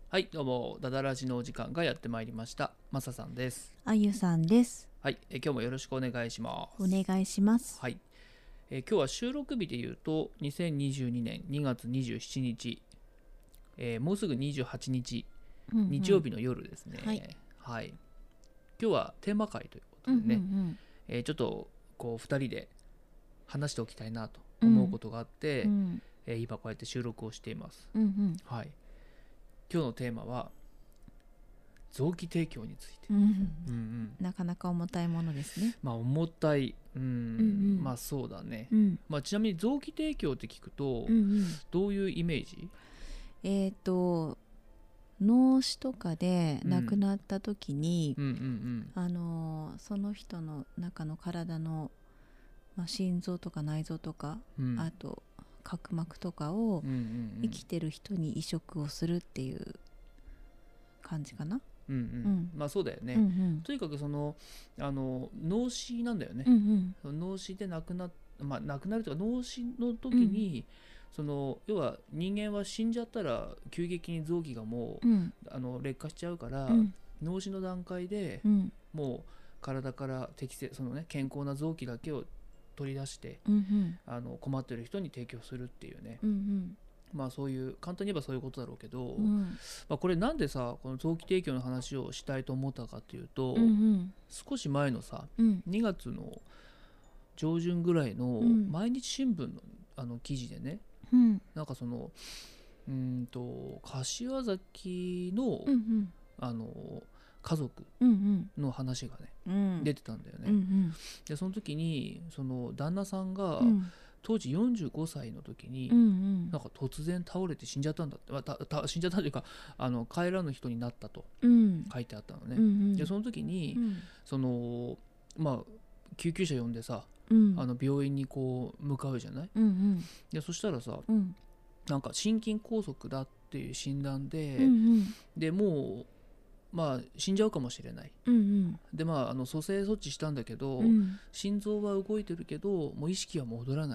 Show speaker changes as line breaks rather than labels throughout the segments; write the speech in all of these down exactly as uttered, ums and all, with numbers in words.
はい、どうもダダラジのお時間がやってまいりました。マサさんです。
あゆさんです。
はい、え今日もよろしくお願いします。
お願いします。
はい、え今日は収録日で言うとにせんにじゅうにねんにがつにじゅうしちにち、えーもうすぐにじゅうはちにち、
うんうん、
日曜日の夜ですね。
はい、
はい、今日はテーマ会ということでね、
うんうんうん
えーちょっとこうふたりで話しておきたいなと
うん
思うことがあって、
うん
えー今こうやって収録をしています。
うんうん
はい、今日のテーマは臓器提供について。
うん
うんうん、
なかなか重たいものですね。
まあ重たい、うん、
うんうん
まあそうだね、
うん
まあ、ちなみに臓器提供って聞くと、
うんうん、
どういうイメージ？
えっ、ー、と脳死とかで亡くなった時に、
うんうんうん
あのーその人の中の体の、まあ、心臓とか内臓とか、
うん
あと角膜とかを
うんうんうん
生きてる人に移植をするっていう感じかな。
うんうん
うん
まあそうだよね、
うんうん
とにかくそのあの脳死なんだよね、
うんうん
脳死で亡くなっまあ亡くなるというか脳死の時に、その要は人間は死んじゃったら急激に臓器がもう、
うん
あの劣化しちゃうから、
うん
脳死の段階で
うん
もう体から適正そのね健康な臓器だけを取り出して
うんうん
あの困ってる人に提供するっていうね、
うん
まあそういう簡単に言えばそういうことだろうけど、
うん
まあ、これなんでさこの臓器提供の話をしたいと思ったかっていうと、
うんうん
少し前のさ
うん
にがつの上旬ぐらいの
うん
毎日新聞のあの記事でね、
うん
なんかそのうーんと柏崎の、
うんうん
あの家族
うん
の話がね
うん
出てたんだよね、
うんうん
でその時にその旦那さんが、
うん
当時よんじゅうごさいの時に、
うんうん
なんか突然倒れて死んじゃったんだって、まあ、たた死んじゃったというかあの帰らぬ人になったと
うん
書いてあったのね、
うん
でその時に、
うん
そのまあ救急車呼んでさ、
うん
あの病院にこう向かうじゃない。
うんうん
でそしたらさ
うん
なんか心筋梗塞だっていう診断で、
うん
でもうまあ死んじゃうかもしれない。
うん
でまああの蘇生措置したんだけど、
うん
心臓は動いてるけどもう意識は戻らない。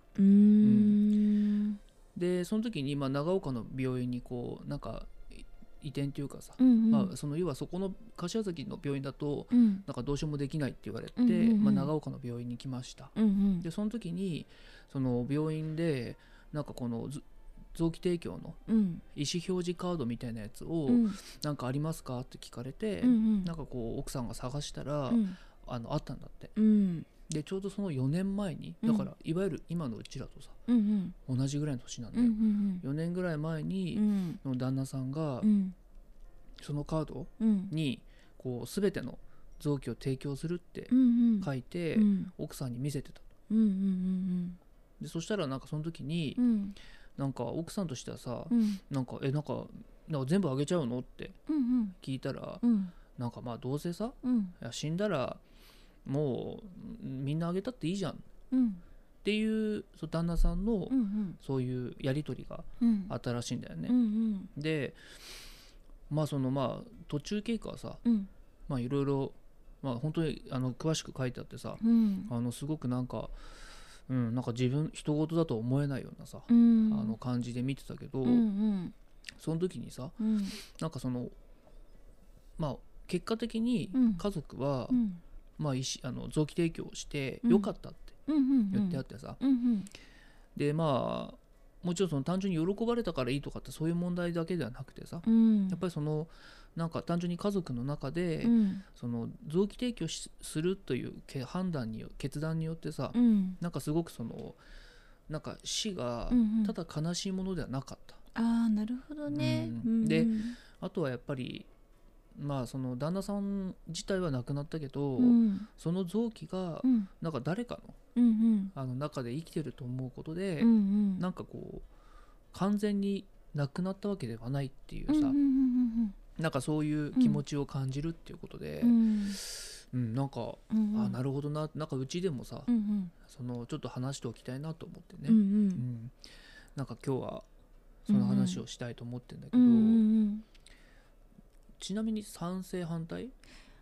うん
でその時に、まあ、長岡の病院にこうなんか移転というかさ、
うん
まあ、その要はそこの柏崎の病院だと
うん
なんかどうしようもできないって言われて、
うんうんうん
まあ、長岡の病院に来ました。
うん
でその時にその病院でなんかこのず臓器提供の
うん
意思表示カードみたいなやつを
うん
なんかありますかって聞かれて、
うん
なんかこう奥さんが探したら、
うん
あのあったんだって。
うん
でちょうどそのよねんまえにだからいわゆる今のうちらとさ
うん
同じぐらいの年なんだ
うんう
よ、
ん
よねんぐらい前
う
に
ん
の旦那さんが
うん
そのカード
うん
にこう全ての臓器を提供するって
うん
書いて
うん
奥さんに見せてた。
うんうん
でそしたらなんかその時に
うん
なんか奥さんとしてはさ
うん
なんかえなんかなんか全部あげちゃうのって
うん
聞いたら
うん
なんかまあどうせさ
うん
いや死んだらもうみんなあげたっていいじゃんっ
うん
ていうそう旦那さんの
うん
そういうやり取りが
うん
あったらしいんだよね。
うん
でまあそのまあ途中経過はさ
うん
まあいろいろまあ本当にあの詳しく書いてあってさ
うん
あのすごくなんかうんなんか自分人事だと思えないようなさあ
うん
の感じで見てたけど、
うんうん
その時にさ
うん
なんかそのまあ結果的に
うん
家族は、
うん
まあ、意思あの臓器提供をして
うん
よかったって
うん
言ってあってさ、
うん
でまあもちろんその単純に喜ばれたからいいとかってそういう問題だけではなくてさ、
うん
やっぱりそのなんか単純に家族の中で、
うん
その臓器提供しするというけ判断によ決断によってさ、
うん
なんかすごくそのなんか死が
うん
ただ悲しいものではなかった。
ああなるほどね。
うんであとはやっぱりまあその旦那さん自体は亡くなったけど、
うん
その臓器が
うん
なんか誰かの
うん
あの中で生きてると思うことで、
うんうん
なんかこう完全になくなったわけではないっていうさ、
うんうん
なんかそういう気持ちを感じるっていうことで、
うんうん
うんなんか、
うん
あなるほどな、なんかうちでもさ、
うんうん
そのちょっと話しておきたいなと思ってね、
うんう
うんんなんか今日はその話をしたいと思ってんだけど、
うんうん
ちなみに賛成反対？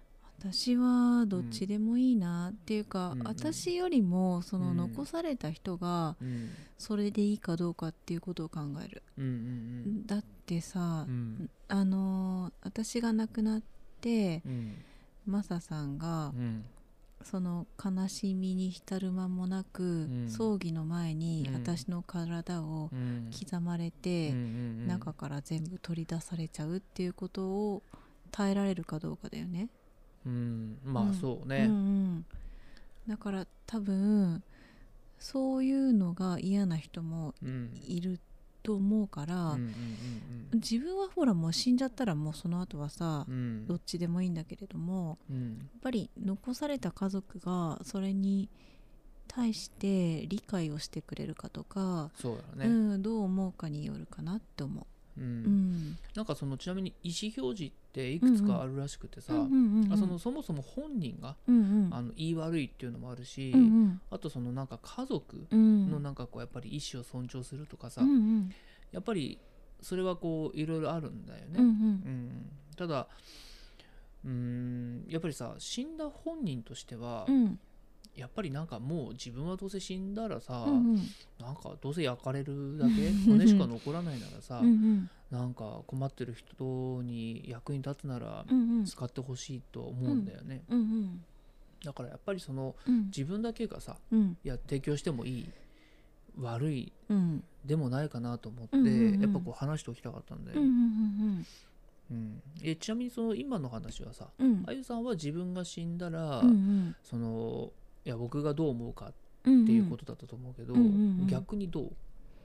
私はどっちでもいいなっていうか、
うんうん、
私よりもその
うん
残された人が
うん
それでいいかどうかっていうことを考える。
うんうん
だってさ、
うん
あのー私が亡くなって
うん
マサさんが
うん
その悲しみに浸る間もなく、
うん、
葬儀の前に
うん
私の体を
うん
刻まれて、
うんうん、
中から全部取り出されちゃうっていうことを耐えられるかどうかだよね。
うん、まあそうね、
うんうん、だから多分そういうのが嫌な人も
うん
いると思うから、
うんうんうん
自分はほらもう死んじゃったらもうその後はさ、
うん
どっちでもいいんだけれども、
うん
やっぱり残された家族がそれに対して理解をしてくれるかとか、
そうだね、
うん、どう思うかによるかなって思う。
うん
うん
なんかそのちなみに意思表示っていくつかあるらしくてさ、
うんうんうんうん、
あそのそもそも本人が、
うんうん、
あの言い悪いっていうのもあるし、
うんうん、
あとそのなんか家族
うん
のなんかこうやっぱり意思を尊重するとかさ、
うんうん、
やっぱりそれはこういろいろあるんだよね、
うんうん
うんただうーんやっぱりさ死んだ本人としては、
うん
やっぱりなんかもう自分はどうせ死んだらさ、
うんうん、
なんかどうせ焼かれるだけ骨しか残らないならさ、
うんうん
なんか困ってる人に役に立つなら
うんうん、
使ってほしいと思うんだよね、
うんうん
だからやっぱりその
うん
自分だけがさ、
うん
いや提供してもいい悪い
うん
でもないかなと思って、
うんうんうん
やっぱこう話しておきたかったんだよ、
うんうん
うんえちなみにその今の話はさ、
うんうん
あゆさんは自分が死んだら、
うんうん
そのいや僕がどう思うかっ
うん
ていうことだったと思うけど、
うんうんうん
逆にどう、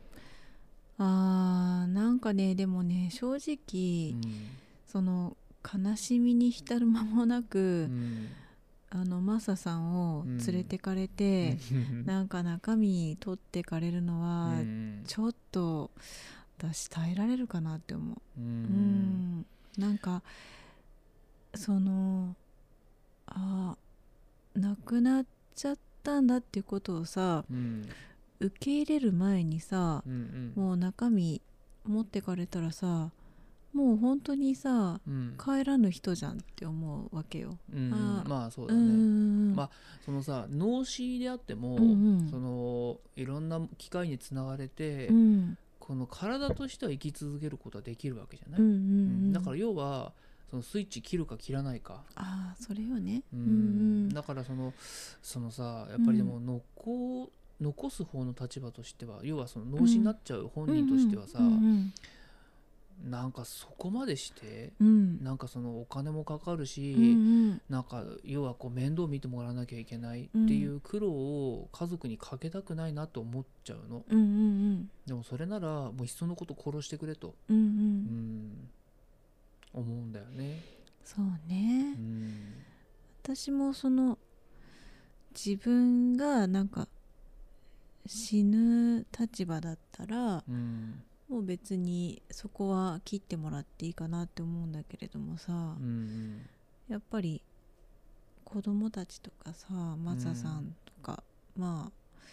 あーなんかねでもね正直、
うん
その悲しみに浸る間もなく、
うん
あのマサさんを連れてかれて、なんか中身取ってかれるのは、
うん
ちょっと私耐えられるかなって思う。
う
うんんなんかそのあ亡くなっちゃったんだっていうことをさ
うん
受け入れる前にさ、
うん
もう中身持ってかれたらさもう本当にさ
うん
帰らぬ人じゃんって思うわけよ。
うん
あー
まあそう
う
だね、
ん
まあそのさ脳死であっても、
うんうん
そのいろんな機械につながれて、
うん
この体としては生き続けることはできるわけじゃない、
うんうんう
うん
ん
だから要はそのスイッチ切るか切らないか、
ああそれよね。
う
うんんうん
だからそのそのさやっぱりでも残,、残す方の立場としては要はその脳死になっちゃう本人としてはさ、
うん
なんかそこまでして
うんうん
なんかそのお金もかかるし、
うんうん
なんか要はこう面倒見てもらわなきゃいけないっていう苦労を家族にかけたくないなと思っちゃうの。
うんうん
でもそれならもういっそのこと殺してくれと、
うんうんう
うんん、思うんだよね。
そうね。
うん
私もその自分がなんか死ぬ立場だったら
うん
もう別にそこは切ってもらっていいかなって思うんだけれどもさ、
うん
やっぱり子供たちとかさマサさんとか、まあ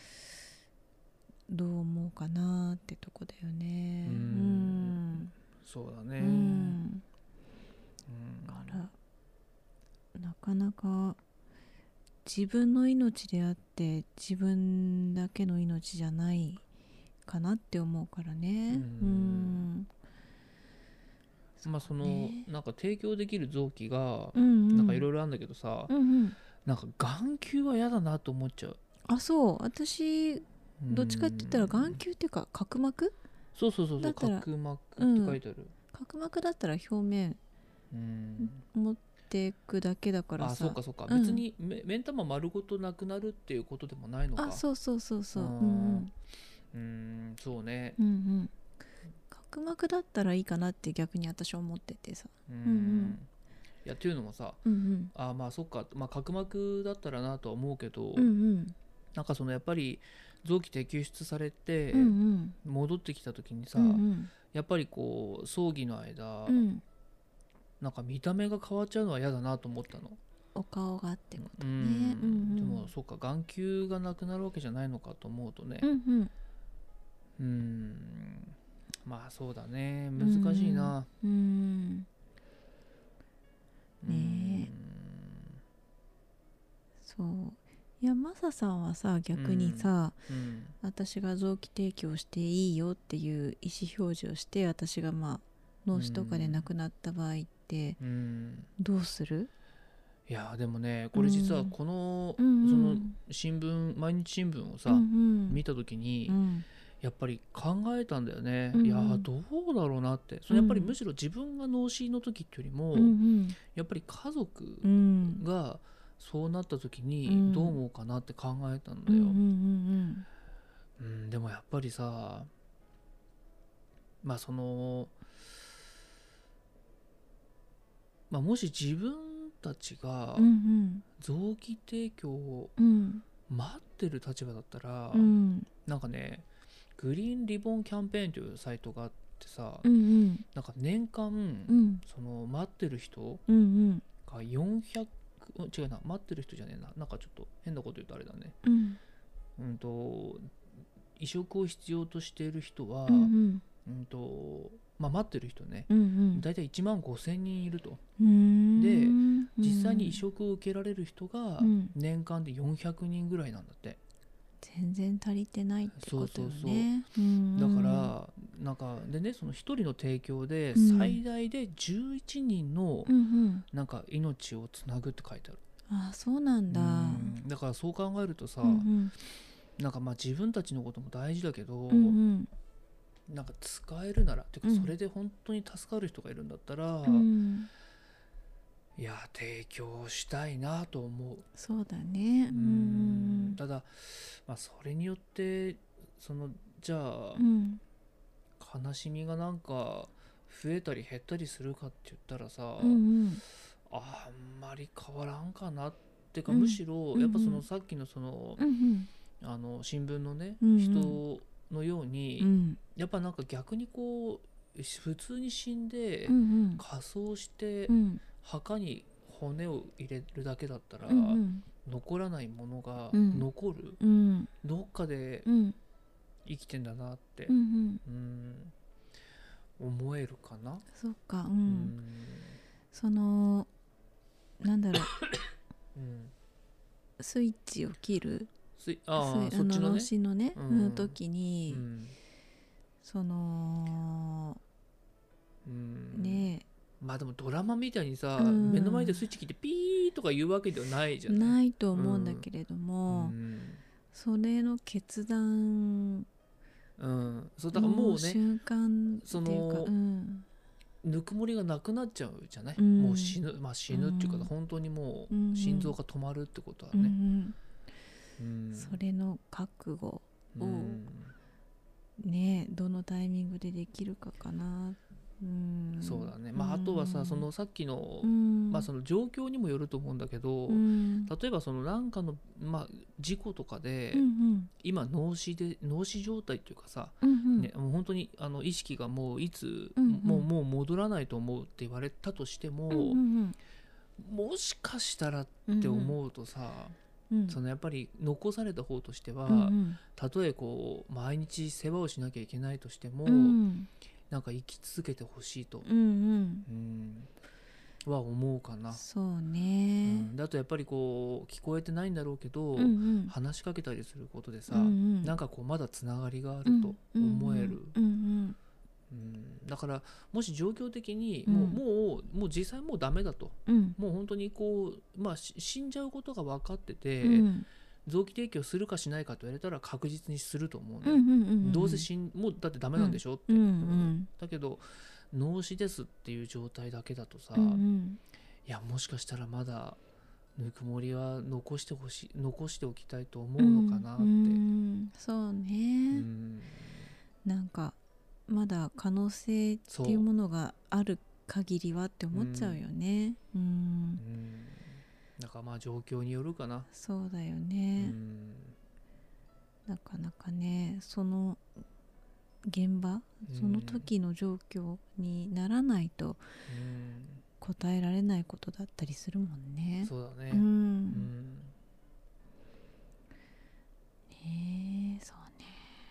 どう思うかなってとこだよね。
う
うんん
そうだね。
うん、
うん
だからなかなか自分の命であって自分だけの命じゃないかなって思うからね。
う
うんん
まあその
ね
なんか提供できる臓器が
うんうん
なんかいろいろあるんだけどさ、
うんうん
なんか眼球は嫌だなと思っちゃう。
あそう私どっちかって言ったら眼
球
球っていうか角膜
そうそうそうそう
だったら
角膜って書いてある。
角膜だったら表面
うん
持っていくだけだからさ
あそうかそうか、
うん
別にめ目ん玉丸ごとなくなるっていうことでもないのか。
あそうそうそうそうう
あー
ん
うーんそうね。
うんうんうん角膜だったらいいかなって逆に私は思っててさ
うーん
うん
いやっていうのもさ
うんうん
あまあそっか、まあ、角膜だったらなとは思うけど、
うんうん
なんかそのやっぱり臓器摘出されて
うんうん
戻ってきた時にさ、
うんうん
やっぱりこう葬儀の間、
うん
なんか見た目が変わっちゃうのは嫌だなと思ったの。
お顔がってこと
うん
ねうんうん
でもそうか眼球がなくなるわけじゃないのかと思うとね
うんうん
うんまあそうだね難しいな。
うん
うん
ねサさんはさ逆にさ、
うん
私が臓器提供していいよっていう意思表示をして私がまあ脳死とかで亡くなった場合って
うん
どうする？
いやでもねこれ実はこの、
うんうん、
その新聞毎日新聞をさ、
うんうん、
見た時に、
うん
やっぱり考えたんだよね、
うんうん、
いやどうだろうなって。それやっぱりむしろ自分が脳死の時っていうよりも、
うんうん、
やっぱり家族
うん
がそうなった時
う
に
ん
どう思うかなって考えたんだよ、
うんうんうん
うん、でもやっぱりさまあその、まあ、もし自分たちが
うんうん
臓器提供を
うん
待ってる立場だったら、
うん
なんかねグリーンリボンキャンペーンというサイトがあってさ、
うんうん
なんか年間、
うん
その待ってる人
うんうん
がよんひゃく、うん違うな、待ってる人じゃねえな、なんかちょっと変なこと言うとあれだね、
うん
うんと移植を必要としている人は、
うん
うんとまあ、待ってる人ね、
うんうん
だいたいいちまんごせんにんいると。
うん
で
うん
実際に移植を受けられる人が
うん
年間でよんひゃくにんぐらいなんだって。
全然足りてないってことよね。
そうそうそう
うん
だからなんかでね、そのひとりの提供で
うん
最大でじゅういちにんの
うんうん
なんか命をつなぐって書いてある。
あ、そうなんだ。
うんだからそう考えるとさ、
うんうん
なんかまあ自分たちのことも大事だけど、
うんうん
なんか使えるならっていうか、
うん
それで本当に助かる人がいるんだったら、
うん
いや提供したいなと思う。
そうだね。う
うん
ん
ただ、まあ、それによってそのじゃあ、
うん
悲しみがなんか増えたり減ったりするかって言ったらさ、
うんうん
あんまり変わらんかなっていうか、
うん
むしろ
うん
やっぱそのさっきのその、
うん
あの新聞のね、
うんうん
人のように、
うん
やっぱなんか逆にこう普通に死んで、
うんうん
火葬して、
うん
墓に骨を入れるだけだったら、
うん
残らないものが
うん
残る、
うん
どっかで
うん
生きてんだなって、
うんうん
うん思えるかな。
そっか。う
うんん
そのなんだろう
うん
スイッチを切る
すいああ
スイ
そっちのね、
あの死のね
うん
の時に
うん
その
うん
ね
まあでもドラマみたいにさ、
うん
目の前でスイッチ切ってピーとか言うわけではないじゃない。
ないと思うんだけれども、
うん
それの決断
うん、そうだからもうね
の瞬間っていうか、
その
うん
ぬくもりがなくなっちゃうじゃない、
うん
もう死ぬ、まあ死ぬっていうか、
うん
本当にも
うん
う心臓が止まるってことは
うんう
ね、
ん
うん
それの覚悟を
うん
ねどのタイミングでできるかかな。うん
そうだね。まああとはさ、そのさっきの、
うん
まあその状況にもよると思うんだけど、
うん
例えばそのなんかの、まあ、事故とかで、
うんうん
今脳死で脳死状態っていうかさ、
うんうん
ね、もう本当にあの意識がもういつ、
うんうん
もうもう戻らないと思うって言われたとしても、
うんうん
もしかしたらっ
うん
て思うとさ、
うん
そのやっぱり残された方としては、
うんうん
たとえこう毎日世話をしなきゃいけないとしても、
うん
なんか生き続けてほしいと、
うんうん
うん、は思うかな。
そう
う
ね。
ん、だとやっぱりこう聞こえてないんだろうけど、
うんうん
話しかけたりすることでさ、
うんうん
なんかこうまだつながりがあると思える、
うんうん
うん、だからもし状況的に
うん
もう,、もうもう実際もうダメだと、
うん
もう本当にこう、まあ、し死んじゃうことが分かってて、
うん
臓器提供するかしないかと言われたら確実にすると思うね、
うんうんうん
どうせ死んもうだってダメなんでしょって、
うんうん
だけど脳死ですっていう状態だけだとさ、
うんうん
いやもしかしたらまだぬくもりは残してほしい残しておきたいと思うのかなって、
うんうんそう
う
ね、
ん
なんかまだ可能性っていうものがある限りはって思っちゃうよね。うん、
うんなんかまあ状況によるかな、
そうだよ
う
ね、
ん
なかなかねその現場その時の状況にならないと
うん
答えられないことだったりするもんね。
そうだね、
うん、
うん
ねえそうね。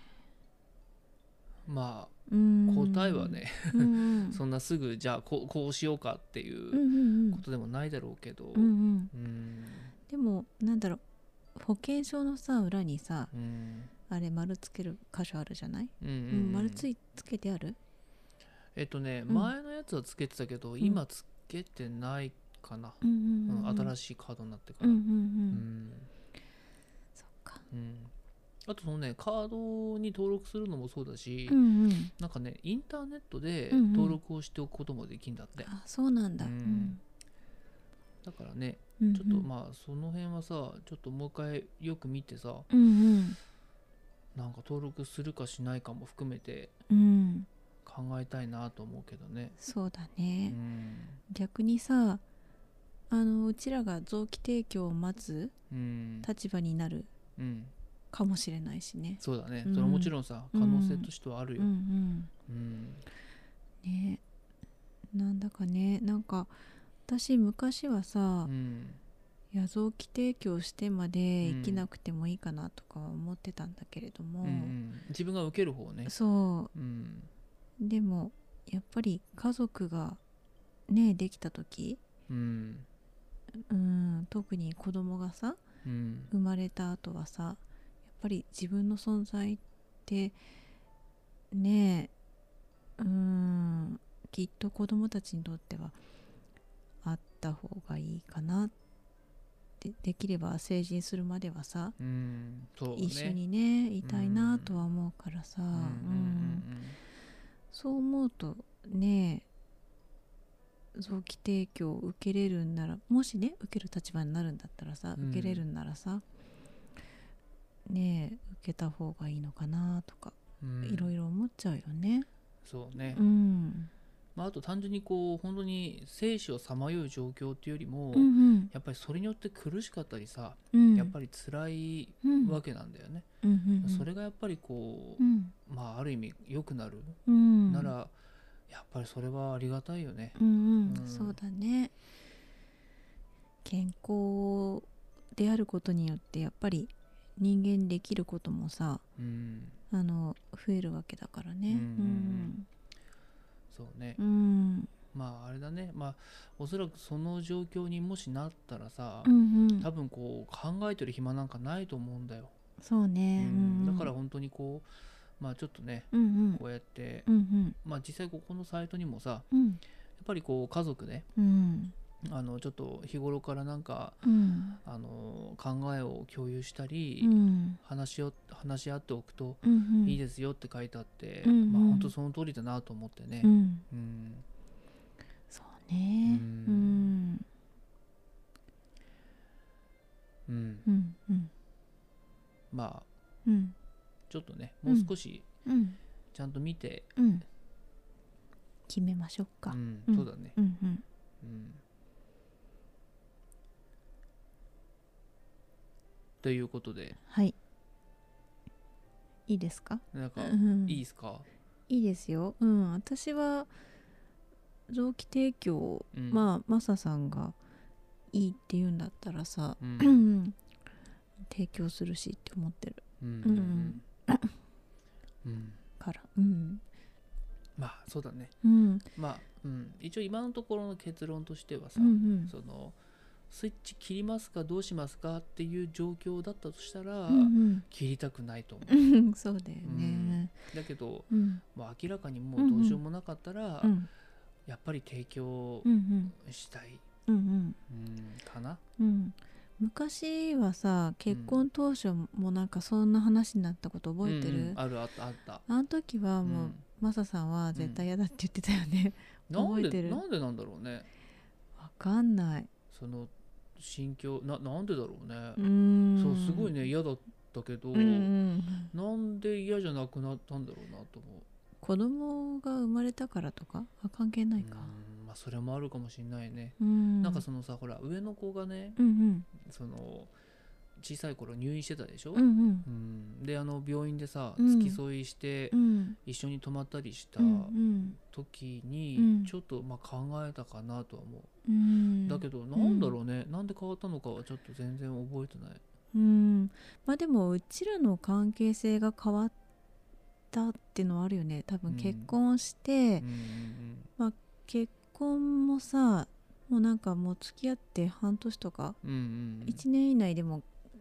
まあ
うん
答えはね、
うんうん
そんなすぐじゃあこう、こうしようかってい
うん
う
うんうん
ことでもないだろうけど、
うんうん
うん
でもなんだろう保険証のさ裏にさ
うん
あれ丸つける箇所あるじゃない、
うんうんう
うんん、丸ついつけてある？
えっとね、
うん
前のやつはつけてたけど、今つけてないかな、
うんうん
うん
うんうん
新しいカードになってから。
うんうんうん
うん
そっか。
うんあとそのね、カードに登録するのもそうだし、
うんうん
なんかね、インターネットで
うんうん
登録をしておくこともできるんだって。
あ、そうなんだ。
う
うんん
だからね、
うんうん
ちょっとまあその辺はさ、ちょっともう一回よく見てさ、
うんうん
なんか登録するかしないかも含めて
うん
考えたいなと思うけどね。
そうだ
う
ね。
ん
逆にさ、あのうちらが臓器提供を待つ
うん
立場になる
うん
かもしれないしね。
そうだね、
うん
それはもちろんさ可能性としてはあるよ。
うんうん
うん
ね、なんだかね、なんか私昔はさ、
うん
いや臓器提供してまで生きなくてもいいかなとか思ってたんだけれども、
うんうん自分が受ける方ね。
そ
うん
うでもやっぱり家族がねできた時、
うん
うん、特に子供がさ
うん
生まれた後はさ、やっぱり自分の存在ってねえ、うんきっと子供たちにとってはあった方がいいかなって、できれば成人するまではさ、
うんそうね、
一緒にねいたいなとは思うからさ、
うんうん
うんそう思うとね、臓器提供を受けれるんなら、もしね受ける立場になるんだったらさ、
うん
受けれるんならさねえ受けた方がいいのかなとか、
うんうん
いろいろ思っちゃうよね。
そうね、
うん
まあ、あと単純にこう本当に生死をさまよう状況っていうよりも、
うんうん
やっぱりそれによって苦しかったりさ、
うん
やっぱり辛い
うん
わけなんだよね、
うんうんうん
それがやっぱりこう、
うん
まあある意味良くなる
うん
なら、やっぱりそれはありがたいよね。
うんうん
うん
そうだね。健康であることによってやっぱり人間できることもさ、
うん
あの増えるわけだからね。
うんうんうんそうね、
うんうん
まああれだね、まあおそらくその状況にもしなったらさ、
うんうん
多分こう考えてる暇なんかないと思うんだよ、
そうね。
うんだから本当にこうまあちょっとね、
うんうん
こうやって、
うんうん
まあ実際ここのサイトにもさ、や
うん
っぱりこう家族で
うん
あのちょっと日頃からなんか
うん
あの考えを共有したり、
うん
話しを話し合っておくと
うん
いいですよって書いてあって、
うんうん
まあ本当その通りだなと思ってね、
うん
うん
そうね。
う
うんん
うん
うんうん
まあ
うん
ちょっとねもう少し
うん
ちゃんと見て、
うん決めましょうか。
うん
うん
そうだね、
うんうん
うんということで
はいいいですか？
なんか
うん
いいですか？
いいですよ。うん、私は臓器提供、
うん
まあマサさんがいいって言うんだったらさ、
う
うんん、提供するしって思ってる
うんうん
うん
うん
から、うん
まあそうだね、
うん
まあ、うん、一応今のところの結論としてはさ、
うんうん
そのスイッチ切りますかどうしますかっていう状況だったとしたら、
うん
切りたくないと思
う
う、
んそうだよね。
だけど、
うん
まあ、明らかにもうどうしようもなかったら、
うん
やっぱり提供
うん
したい、
うんうん
うんかな。
うん昔はさ結婚当初もなんかそんな話になったこと覚えてる？
うんうんあるあったあった。
あの時はもう、
うん
マサさんは絶対嫌だって言ってたよね。
なん
覚えてる
でなんでなんだろうね。
わかんない。
その心境ななんでだろうね。
うーん
そうすごいね嫌だったけど、
うんうん
なんで嫌じゃなくなったんだろうなと思う。
子供が生まれたからとかあ関係ないか。
うんまあそれもあるかもしれないね。
うん
なんかそのさほら上の子がね
うんうん
その小さい頃入院してたでしょ。
うんうん
うんであの病院でさ
うん
付き添いして
うん
一緒に泊まったりした
うんうん
時
うん
にちょっとまあ考えたかなとは思う。
うん
だけどなんだろうね、なんで変わったのかはちょっと全然覚えてない。
うんまあでもうちらの関係性が変わったっていうのはあるよね。多分結婚して、
うんうん
結婚もさもうなんかもう付き合って半年とか
うんうんうん
いちねん以内でも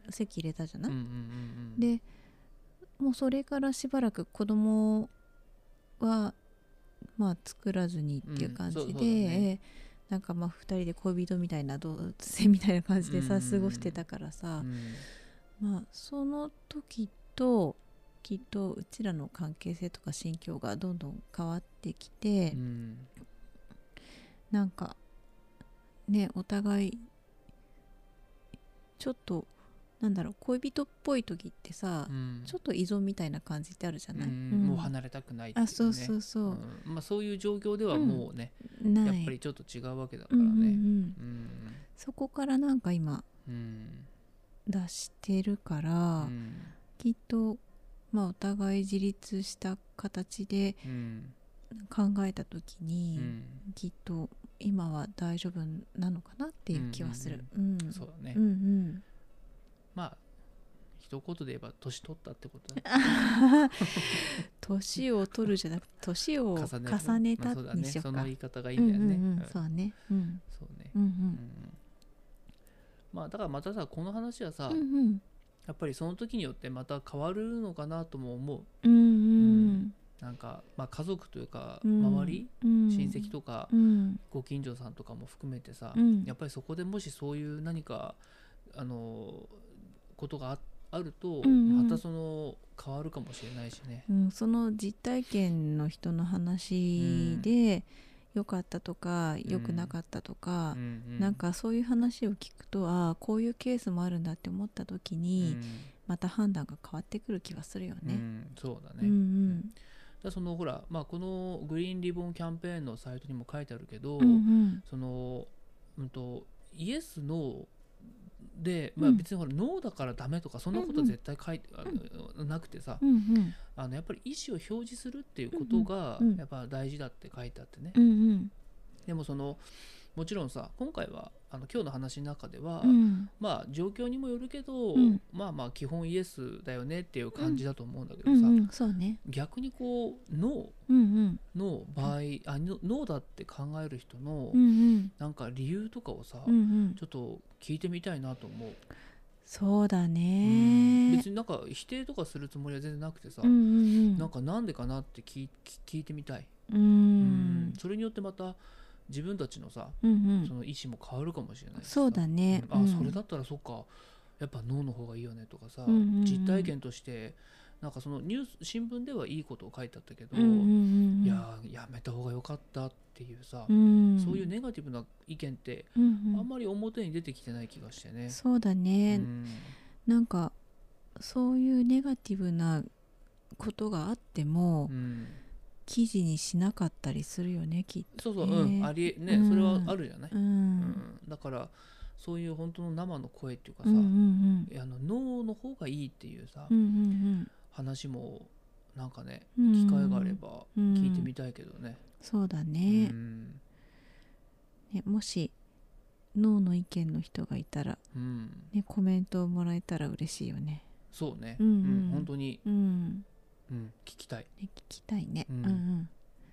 籍入れたじゃない、
うんうんうんうん、
でもうそれからしばらく子供はまあ作らずにっていう感じで、
うんそうそうだね、
なんかまあふたりで恋人みたいな動物園みたいな感じでさ、
うんうんうん
過ごしてたからさ、
うん
まあその時ときっとうちらの関係性とか心境がどんどん変わってきて、
うん、
なんかねお互いちょっとなんだろう恋人っぽい時ってさ、
うん、
ちょっと依存みたいな感じってあるじゃない、
うん
うん
もう離れたくないっていうね、
あそうそうそう、
うんまあ、そういう状況ではもうね、
ない
やっぱりちょっと違うわけだからね、
うんうんうん
うん
そこからなんか今
うん
出してるから、
うん
きっとまあお互い自立した形で
うん
考えた時に、
うん
きっと今は大丈夫なのかなっていう気はする、うんうん、
そうだね、
うんうん
まあ一言で言えば年取ったってことだね
年を取るじゃなくて年を
重ね
重ねた
まあそうだね、
にしようか、
その言い方がいいんだよね、
うんうんうん
うん
そうねうん
そうね、
うんう
うんんまあだからまたさこの話はさ、
うんうん
やっぱりその時によってまた変わるのかなとも思う。
うんうん
なんか、まあ、家族というか
うん
周り、
うん
親戚とか
うん
ご近所さんとかも含めてさ、
うん
やっぱりそこでもしそういう何かあのことがああると、
うんうん
またその変わるかもしれないしね。
うん、その実体験の人の話で良かったとか良くなかったとか、
うんうん
なんかそういう話を聞くとああこういうケースもあるんだって思った時に、また判断が変わってくる気がするよね。
うんうんそうだね。
うんうん
だからそのほら、まあ、このグリーンリボンキャンペーンのサイトにも書いてあるけど、
うんうん
その、うんと、イエスノーで、まあ、
うん
別にほら、ノーだからダメとかそんなことは絶対書いて、あのなくてさ、
うんうん
あのやっぱり意思を表示するっていうことが
うんうん
やっぱ大事だって書いてあってね、
うんうん
でもそのもちろんさ今回はあの今日の話の中では、
うん
まあ状況にもよるけど、
うん
まあまあ基本イエスだよねっていう感じだと思うんだけ
う
どさ、
んうんそうね
逆にこうノー
うんうん
の場合、あノノーだって考える人の、
うんうん
なんか理由とかをさ、
うんうん
ちょっと聞いてみたいなと思う、
そうだ
うん
ね
別になんか否定とかするつもりは全然なくてさ、
うんうん
なんかなんでかなって聞い聞いてみたい、
うんう
うん
ん
それによってまた自分たちのさ、
うんうん
その意思も変わるかもしれないしさ
そうだね
うんあ、
うん
それだったらそっかやっぱノーの方がいいよねとかさ、
うんうんうん
実体験としてなんかそのニュース新聞ではいいことを書いてあったけど、
うんうんうん
いややめた方が良かったっていうさ、
うん
そういうネガティブな意見って
うんうん
あんまり表に出てきてない気がしてね。
そうだね、
うん
なんかそういうネガティブなことがあっても、
うん
記事にしなかったりするよねきっと
そうそう、うん、
ね
ありね、
うん
それはあるじゃない、
うん
うんだからそういう本当の生の声っていうかさ、
うんうん
あの脳の方がいいっていうさ、
うんうん
話もなんかね
うん
機会があれば
うん
聞いてみたいけどね。
そうだ
う
ね,、
ん
ねもし脳の意見の人がいたら、
うん
ね、コメントをもらえたら嬉しいよね
そうね、
うんうん
うん本当に、
うん
うん、聞きたい、
ね聞きたいね、
う
うんん、うん
うん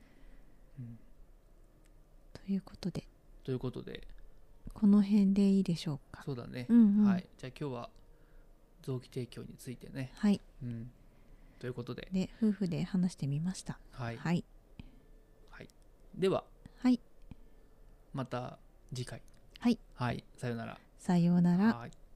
ということで
ということで
この辺でいいでしょうか。
そうだね、
うんうん
はいじゃあ今日は臓器提供についてね、
はい
うん、ということで、
で夫婦で話してみました。
はい
はい
はい、では
はい
また次回
はい
はいさよなら
さようなら。
はい